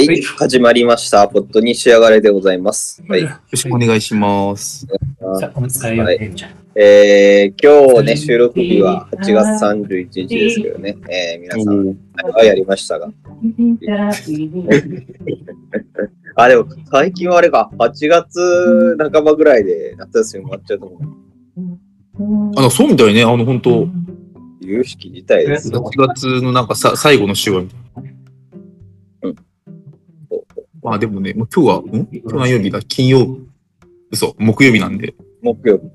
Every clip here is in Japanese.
はい、始まりました。ポットに仕上がれでございます。はい。よろしくお願いします。 はい、今日ね、収録日は8月31日ですけどね、皆さん、やりましたが。あ、でも最近はあれか、8月半ばぐらいで夏休み終わっちゃうと思う。そうみたいね、本当。 有識自体です。 8月のなんか最後の週はみたいな。まあでもね、もう今日は、今日何曜日だ？金曜日。嘘、木曜日なんで。 木曜日。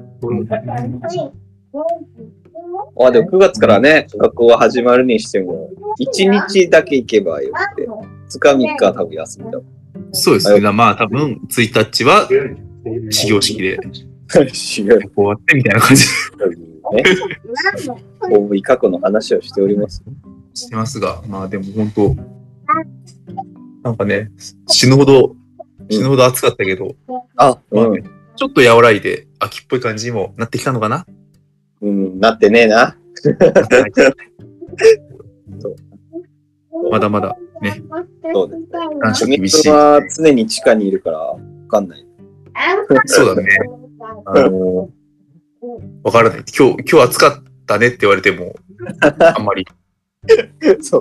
あ、でも9月からね、学校が始まるにしても、1日だけ行けばよくて、2日3日は多分休みだ。 そうですね。まあ多分、1日は始業式で、終わってみたいな感じ。 ね。大井過去の話をしております。 してますが、まあでも本当、なんかね、死ぬほど暑かったけど、まあね、ちょっと和らいで秋っぽい感じにもなってきたのかな。 なってねえな。 まだまだね。 そうですね。残暑厳しい。は常に地下にいるからわかんない。 そうだね。わからない。今日暑かったねって言われても、あんまり。 そう。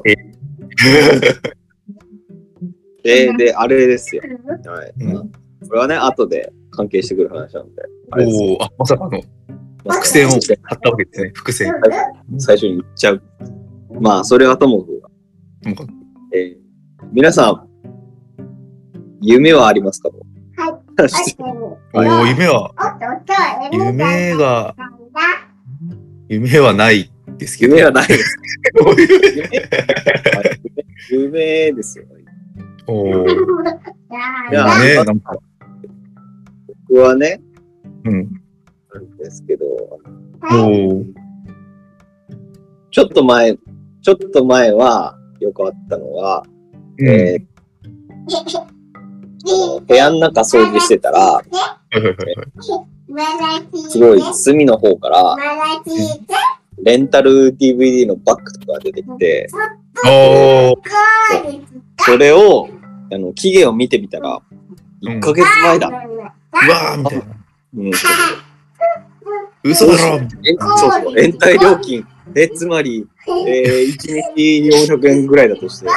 で、あれですよ。はい。これはね、後で関係してくる話なので。 まさかの伏線を張ったわけですね。伏線。 最初に言っちゃう。まあ、それはともかく。皆さん、夢はありますか？ はい。夢はないですけど。 夢はないです。夢ですよ。いやね、なんか僕はね、なんですけど、ちょっと前はよくあったのは、部屋の中掃除してたら、すごい隅の方から、レンタル DVD のバッグとかが出てきて、それを、期限を見てみたら、1ヶ月前だ。 うわーみたいな。嘘だろ。 そう、延滞料金。つまり、1日400円ぐらいだとして、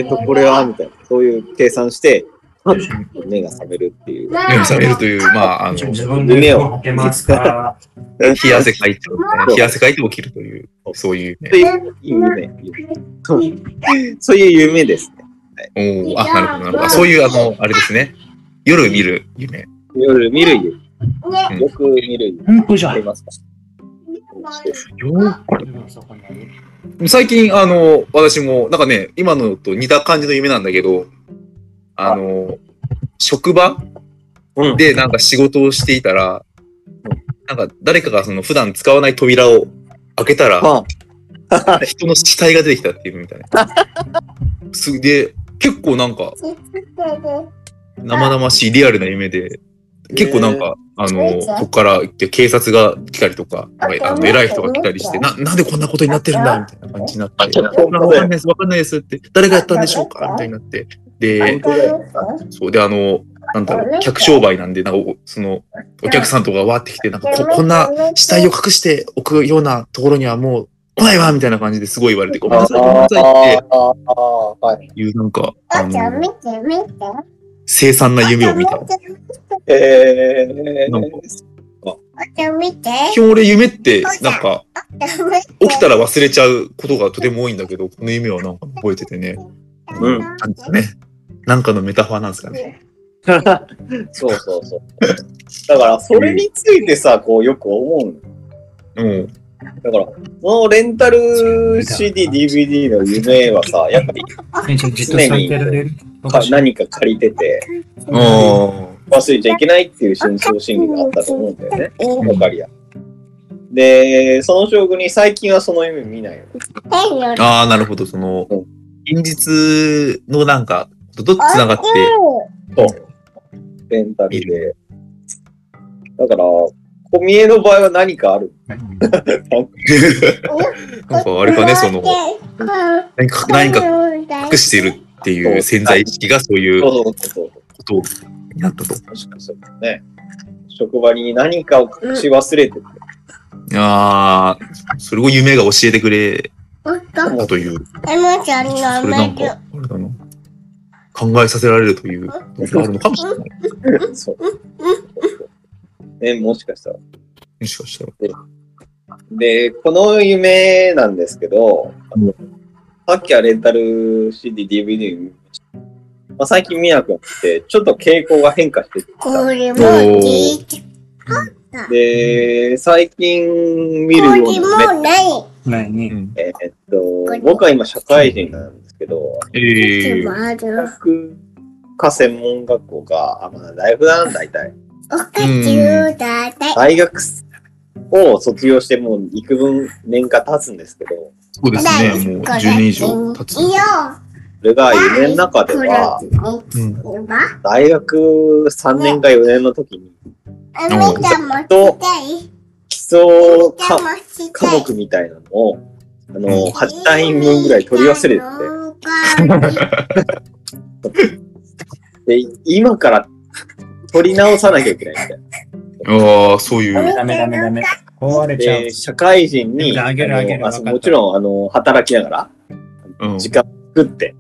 これはみたいな、そういう計算して、目が覚めるっていう。 目が覚めるという、まあ、 夢を。 冷や汗かいて起きるという、そういう夢。そういう夢ですね。 なるほど。そういう、あれですね。夜見る夢。 夜見る夢。よく見る夢。ありますか？ 最近、私も、なんかね、今のと似た感じの夢なんだけど、職場でなんか仕事をしていたら、なんか誰かがその普段使わない扉を開けたら、人の死体が出てきたっていうみたいな。で、結構なんか、生々しいリアルな夢で、結構なんか、ここから警察が来たりとか、偉い人が来たりして、なんでこんなことになってるんだみたいな感じになって、わかんないですって、誰がやったんでしょうかみたいになって、で、そうで、なんだろう、客商売なんで、なんか、お客さんとかわーってきて、なんかこんな死体を隠しておくようなところにはもう来ないわみたいな感じですごい言われて、ごめんなさいっていう、なんか、凄惨な夢を見た。なんか基本俺夢って、なんか、起きたら忘れちゃうことがとても多いんだけど、この夢はなんか覚えててね。なんですかね。なんかのメタファーなんですかね。 そう。だから、それについてさ、こうよく思う。だから、そのレンタル CD、DVD の夢はさ、やっぱり常に何か借りてて、忘れちゃいけないっていう深層心理があったと思うんだよね。わかりや。で、その証拠に最近はその夢見ないよ。 なるほど。現実のなんか、とつながって。 レンタルで。だから、小見えの場合は何かある？ なんかあれかね、何か隠しているっていう潜在意識がそういうことになったと。 確かにそうね。職場に何かを隠し忘れてて。 ああ、それを夢が教えてくれたという。それなんか、あれだな。考えさせられるというのがあるのかもしれない。 そう。もしかしたら。 もしかしたら。 で、この夢なんですけど、さっきはレンタル CD、DVD 見ました。まあ、最近見なくなって、ちょっと傾向が変化してきた。これもで、最近見るようなないね。 僕は今社会人なんですけど、大学か専門学校が、まあ大学だな、大体。大学を卒業してもう幾分年か経つんですけど。 そうですね、もう10年以上経つ。 それが夢の中では、大学3年か4年の時に、基礎科目みたいなのを、8単位分ぐらい取り忘れてて、で、今から取り直さなきゃいけないみたいな。 ああ、そういう。 ダメ。壊れちゃう。 社会人に、もちろん、働きながら、時間作って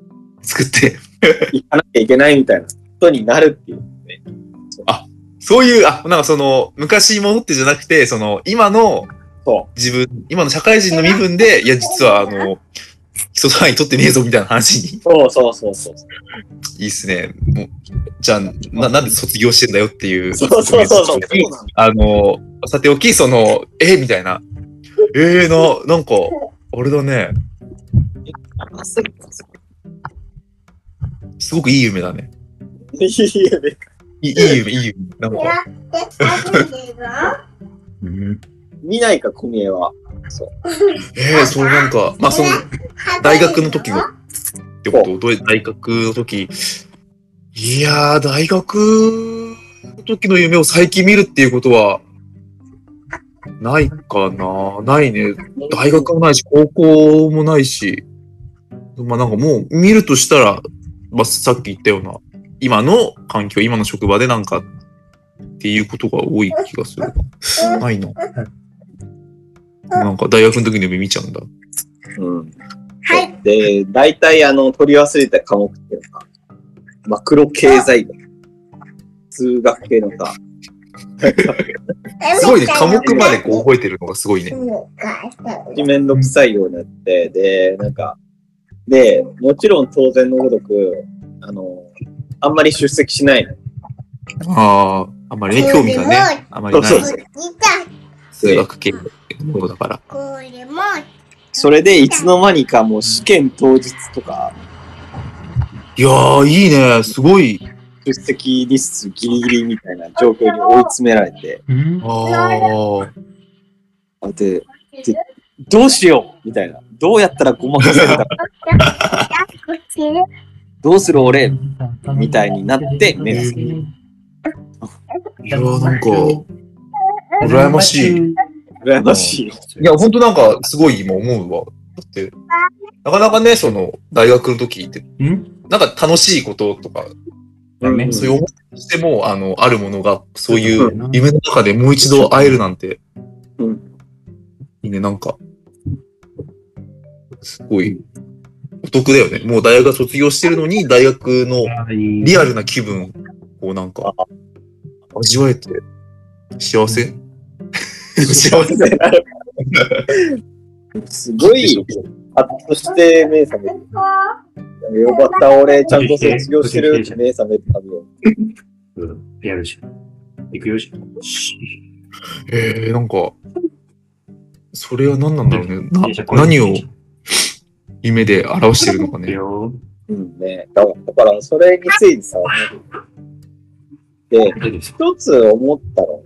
行かなきゃいけないみたいなことになるっていうね。 あ、そういう、なんか昔戻ってじゃなくて、今の、今の社会人の身分で、いや、実は、基礎単位取ってねえぞみたいな話に。 そう。 いいっすね。もうじゃあ、なんで卒業してんだよっていう。 そう。 さておき、みたいな。なんか、あれだね。すごくいい夢だね。 いい夢。 いい夢。なんか。 見ないか、小宮は。そう。 それなんか、まあ大学の時のってこと大学の時。いやー、大学の時の夢を最近見るっていうことは、ないかな。ないね。大学もないし、高校もないし。まあなんかもう見るとしたら、まあさっき言ったような、今の環境、今の職場でなんかっていうことが多い気がするな。ないな。なんか大学の時の夢見ちゃうんだ。 はい。で、大体取り忘れた科目っていうのが、マクロ経済学、数学系のさ。 すごいね、科目まで覚えてるのがすごいね。 めんどくさいようになって、で、もちろん当然のごとく、あんまり出席しないの。 あんまりね、興味がね、あんまりない。そう。数学系のものだから。 それでいつの間にかもう試験当日とか。 いやー、いいね、すごい。 出席日数ギリギリみたいな状況に追い詰められて。で、どうしようみたいな。どうやったらごまかせるか。どうする俺みたいになって目が覚める。 いやー、なんか、羨ましい。 羨ましい。 いや、ほんとなんか、すごい今思うわ。だって、なかなかね、大学の時って、なんか楽しいこととか、そういう思いしても、あるものが、そういう夢の中でもう一度会えるなんて、いいね、なんか、すごい、お得だよね。もう大学卒業してるのに、大学のリアルな気分をなんか、味わえて、幸せ幸せだよ。すごい、ハッとして目覚める。よかった、俺、ちゃんと卒業してる。目覚めたよ。 やるじゃん。行くよじゃん。 なんか、それは何なんだろうね。何を夢で表してるのかね。 ね。だから、それについてさ、で、一つ思ったの。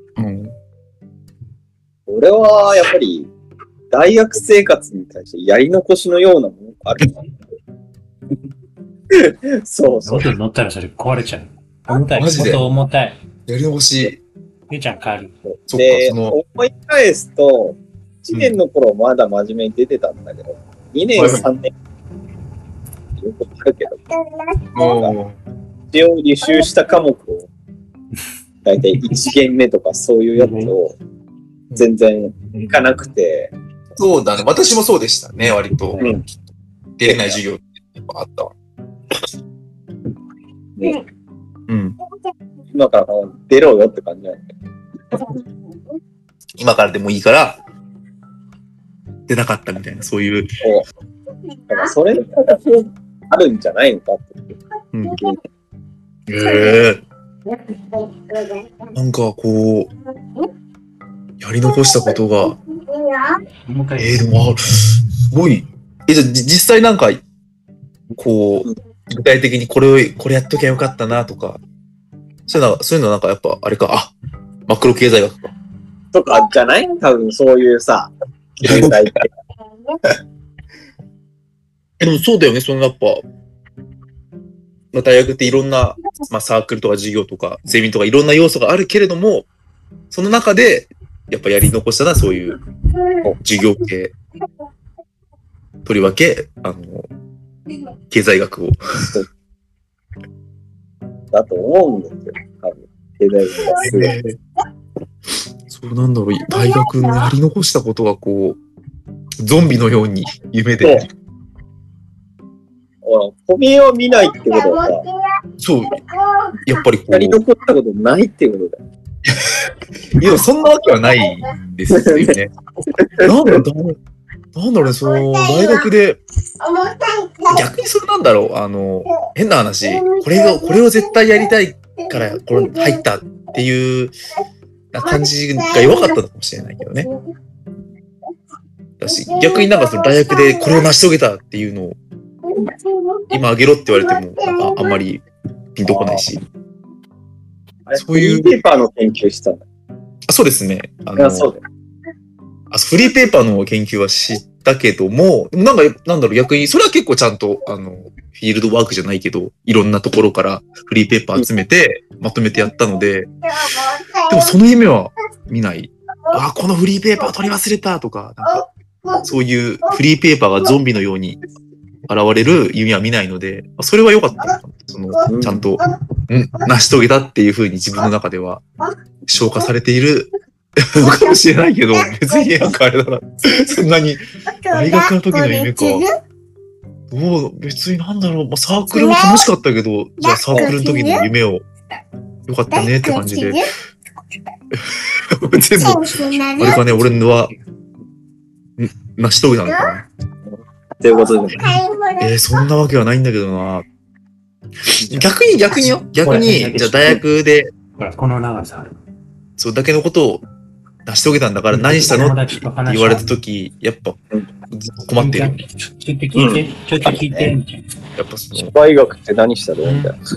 俺は、やっぱり、大学生活に対してやり残しのようなものがある。そう。 乗ったらそれ壊れちゃう。重たい。重たい。 やり残し。 ゆうちゃん帰る。 で、思い返すと、1年の頃まだ真面目に出てたんだけど、2年、3年、 よくあるけど、一応履修した科目を、だいたい1限目とかそういうやつを全然いかなくて。 そうだね。私もそうでしたね、割と。出れない授業ってやっぱあったわ。 ね。今から出ろよって感じなんだよ。 今からでもいいから、出なかったみたいな、そういう。 だからそれがあるんじゃないのかって。 なんかこう、やり残したことが、でも、すごい。じゃあ実際なんか、こう、具体的にこれやっときゃよかったなとか、そういうのなんかやっぱ、あれか、マクロ経済学か。 とかじゃない？多分そういうさ、経済って。 でもそうだよね、やっぱ、大学っていろんな、サークルとか授業とか、ゼミとかいろんな要素があるけれども、その中で、やっぱやり残したのはそういう授業系、とりわけ、経済学を。 だと思うんですよ、多分。経済学がそうなんだろう、大学のやり残したことがこう、ゾンビのように夢で。 小見を見ないってことはさ、 そう、やっぱりこう。 やり残ったことないってことだよ。 いや、そんなわけはないんですよね。なんだろうね、大学で、逆にそれなんだろう、変な話、これを絶対やりたいから、これ入ったっていう感じが弱かったのかもしれないけどね。私、逆になんか大学でこれを成し遂げたっていうのを、今あげろって言われても、なんかあんまりピンとこないし。 そういう。フリーペーパーの研究したの？ そうですね。 そうだよ。 フリーペーパーの研究は知ったけども、なんだろう、逆に、それは結構ちゃんと、フィールドワークじゃないけど、いろんなところからフリーペーパー集めて、まとめてやったので、でもその夢は見ない。このフリーペーパー取り忘れたとか、なんか、そういうフリーペーパーがゾンビのように現れる夢は見ないので、それは良かったのかな。ちゃんと、成し遂げたっていう風に自分の中では消化されているのかもしれないけど、別になんかあれだな。そんなに、大学の時の夢か。別になんだろう。サークルも楽しかったけど、じゃあサークルの時の夢を、よかったねって感じで。全部、あれかね、俺のは、成し遂げたのかな。 ということで。そんなわけはないんだけどな。逆に、じゃあ大学で、 この長さある。 それだけのことを成し遂げたんだから何したのって言われたとき、やっぱ困ってる。 ちょっと聞いて。 やっぱ社会学って何したのみたいな。 そう。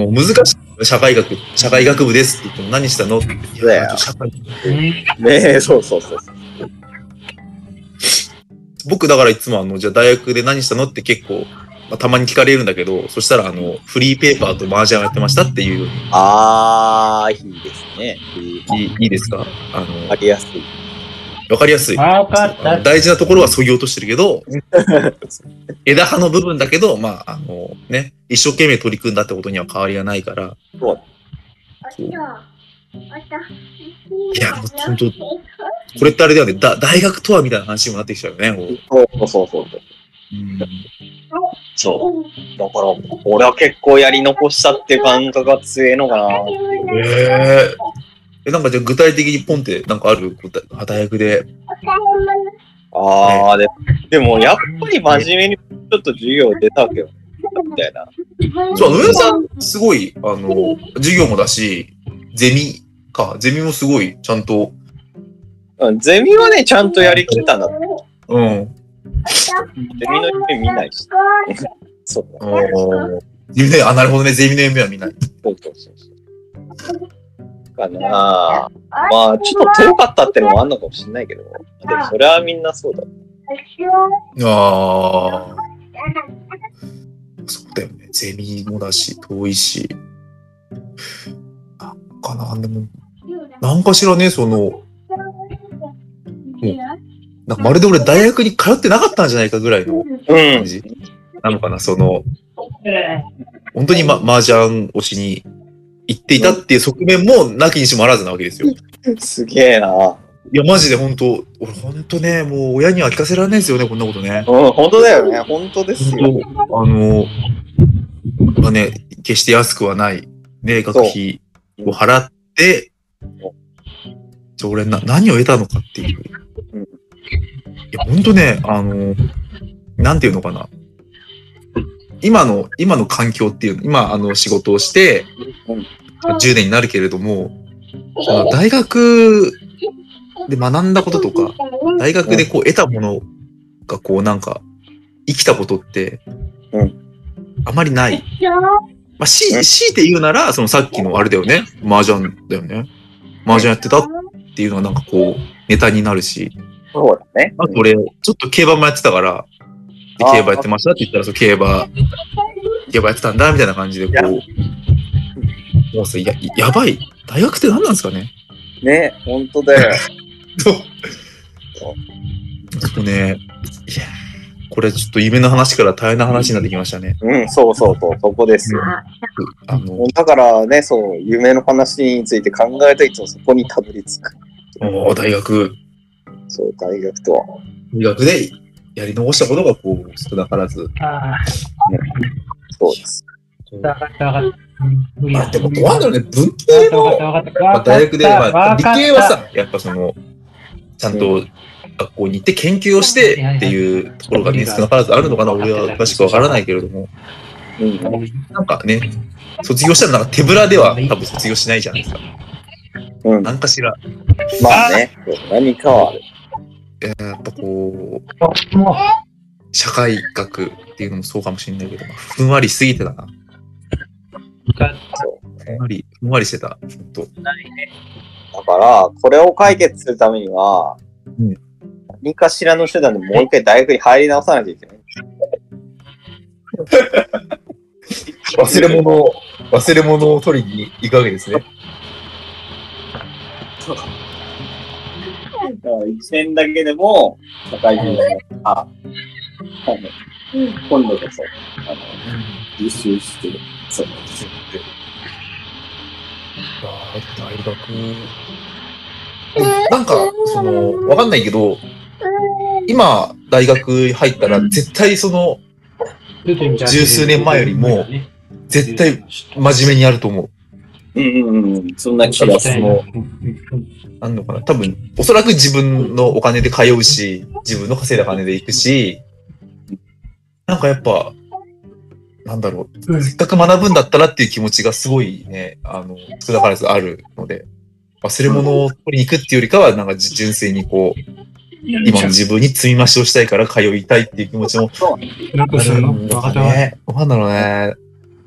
難しい。社会学部ですって言っても何したのって。 ねえ、そう。 僕だからいつもじゃあ大学で何したのって結構、たまに聞かれるんだけど、そしたらフリーペーパーと麻雀をやってましたっていう。 いいですね。 いいですか？ わかりやすい。 わかりやすい。大事なところは削ぎ落としてるけど、枝葉の部分だけど、一生懸命取り組んだってことには変わりがないから。そう。いや、本当これってあれだよね。大学とはみたいな話にもなってきちゃうよね。 そう。そう。だから、俺は結構やり残したっていう感覚が強いのかな。 なんかじゃあ具体的にポンってなんかある？大学で。 でもやっぱり真面目にちょっと授業出たわけよ。みたいな。 そう、上田さん、すごい、授業もだし、ゼミもすごい、ちゃんと。 ゼミはね、ちゃんとやりきったんだ。 うん。 ゼミの夢見ないし。そう。 なるほどね、ゼミの夢は見ない。 そう。かなちょっと遠かったってのもあんのかもしれないけど、でもそれはみんなそうだ。 そうだよね。ゼミもだし、遠いし。でも、なんかしらね、なんかまるで俺大学に通ってなかったんじゃないかぐらいの感じ。 なのかな、本当に麻雀推しに行っていたっていう側面もなきにしもあらずなわけですよ。 すげえな。 いや、マジで本当、俺本当ね、もう親には聞かせられないですよね、こんなことね。 うん、本当だよね。本当ですよ。 まあね、決して安くはない、ね、学費を払って、俺何を得たのかっていう。いや、本当ね、なんていうのかな。今の環境っていうの、今仕事をして、10年になるけれども、大学で学んだこととか、大学でこう得たものがこうなんか、生きたことって、あまりない。まあ、強いて言うなら、そのさっきのあれだよね。麻雀だよね。麻雀やってたっていうのはなんかこう、ネタになるし。 そうだね。 あと俺、ちょっと競馬もやってたから、で競馬やってましたって言ったら、競馬やってたんだ、みたいな感じでこう、もうさ、やばい。大学って何なんですかね。 ね、本当だよ。 そうね、いや、これちょっと夢の話から大変な話になってきましたね。 うん、そうそうそう、そこですよ。だからね、そう、夢の話について考えるといつもそこにたどり着く。 大学。 そう、大学とは。 大学でやり残したことがこう少なからず。ね、 そうです。 まあでもどうなんだろうね、文系の、大学で、理系はさ、やっぱちゃんと学校に行って研究をしてっていうところがね、少なからずあるのかな、俺は詳しくわからないけれども。なんかね、卒業したらなんか手ぶらでは多分卒業しないじゃないですか。なんかしら。 まあね、何かはある。 やっぱこう、社会学っていうのもそうかもしれないけど、ふんわりしすぎてたな。ふんわりしてた。 だから、これを解決するためには、何かしらの手段でもう一回大学に入り直さなきゃいけない。 忘れ物を取りに行くわけですね。 1年だけでも、社会人が、今度こそ、実習してる。そうですね。 大学。なんか、わかんないけど、今、大学入ったら、絶対十数年前よりも、絶対真面目にやると思う。 そんな気がする。 なんのかな、多分、おそらく自分のお金で通うし、自分の稼いだ金で行くし、なんかやっぱ、なんだろう、せっかく学ぶんだったらっていう気持ちがすごいね、少なからずあるので、忘れ物を取りに行くっていうよりかは、なんか純粋にこう、今の自分に積み増しをしたいから通いたいっていう気持ちもあるんだね。なんだろうね。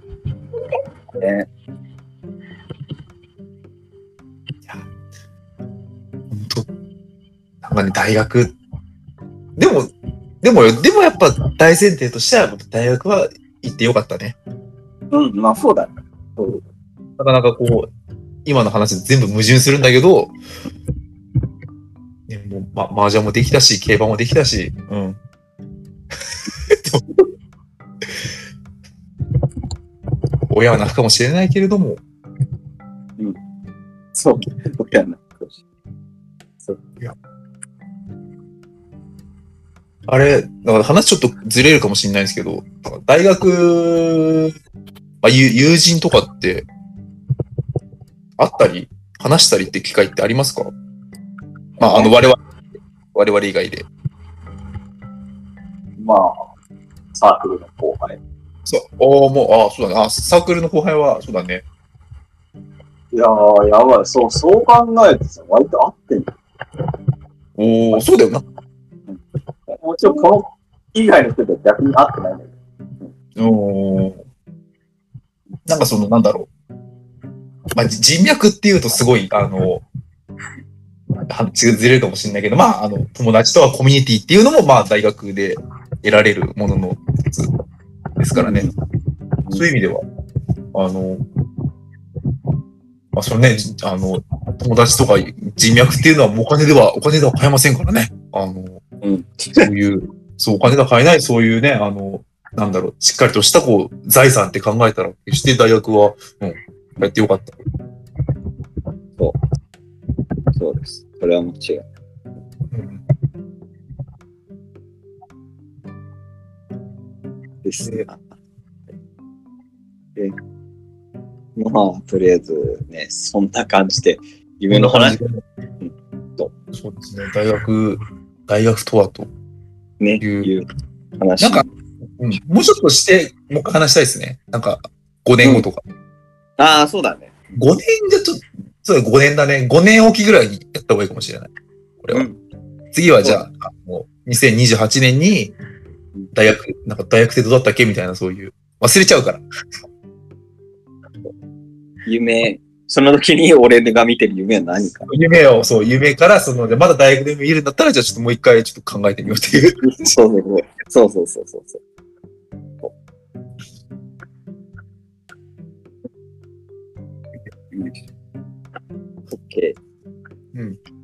本当、なんかね、大学、でもやっぱ大前提としては、大学は行ってよかったね。 まあそうだね。 なかなかこう、今の話全部矛盾するんだけど、ね、もう麻雀もできたし、競馬もできたし、親は泣くかもしれないけれども、 そう、親は泣くかもしれない。 いや、あれ、だから話ちょっとずれるかもしれないんですけど、大学、友人とかって会ったり話したりって機会ってありますか？まあ我々以外で。 まあサークルの後輩。 そうだね。サークルの後輩はそうだね。 いやー、やばい。そう考えるとさ、割と合ってんだ。 そうだよな。 もちろんこの以外の人と逆に合ってないんだけど。 なんかなんだろう。まあ、人脈っていうとすごい、ずれるかもしれないけど、まあ、友達とはコミュニティっていうのも、まあ、大学で得られるものの一つですからね。そういう意味では、そのね、友達とか人脈っていうのはお金では買えませんからね。そういう、お金では買えない、そういうね、 なんだろう、しっかりとしたこう、財産って考えたら、決して大学は、やってよかった。 そう。そうです。それは間違いない。ですね。まあ、とりあえずね、そんな感じで、夢の話。 そうですね。大学とはという話。 なんか、もうちょっとして、もう一回話したいですね。なんか、5年後とか。 ああ、そうだね。 5年じゃちょっと、そうだ、5年だね。5年おきぐらいにやった方がいいかもしれない。これは。次はじゃあ、もう、2028年に、大学生どうだったっけみたいな、そういう。忘れちゃうから。 その時に俺が見てる夢は何か。 夢から、まだ大学で見るんだったら、じゃあちょっともう一回ちょっと考えてみようっていう。 そう。OK。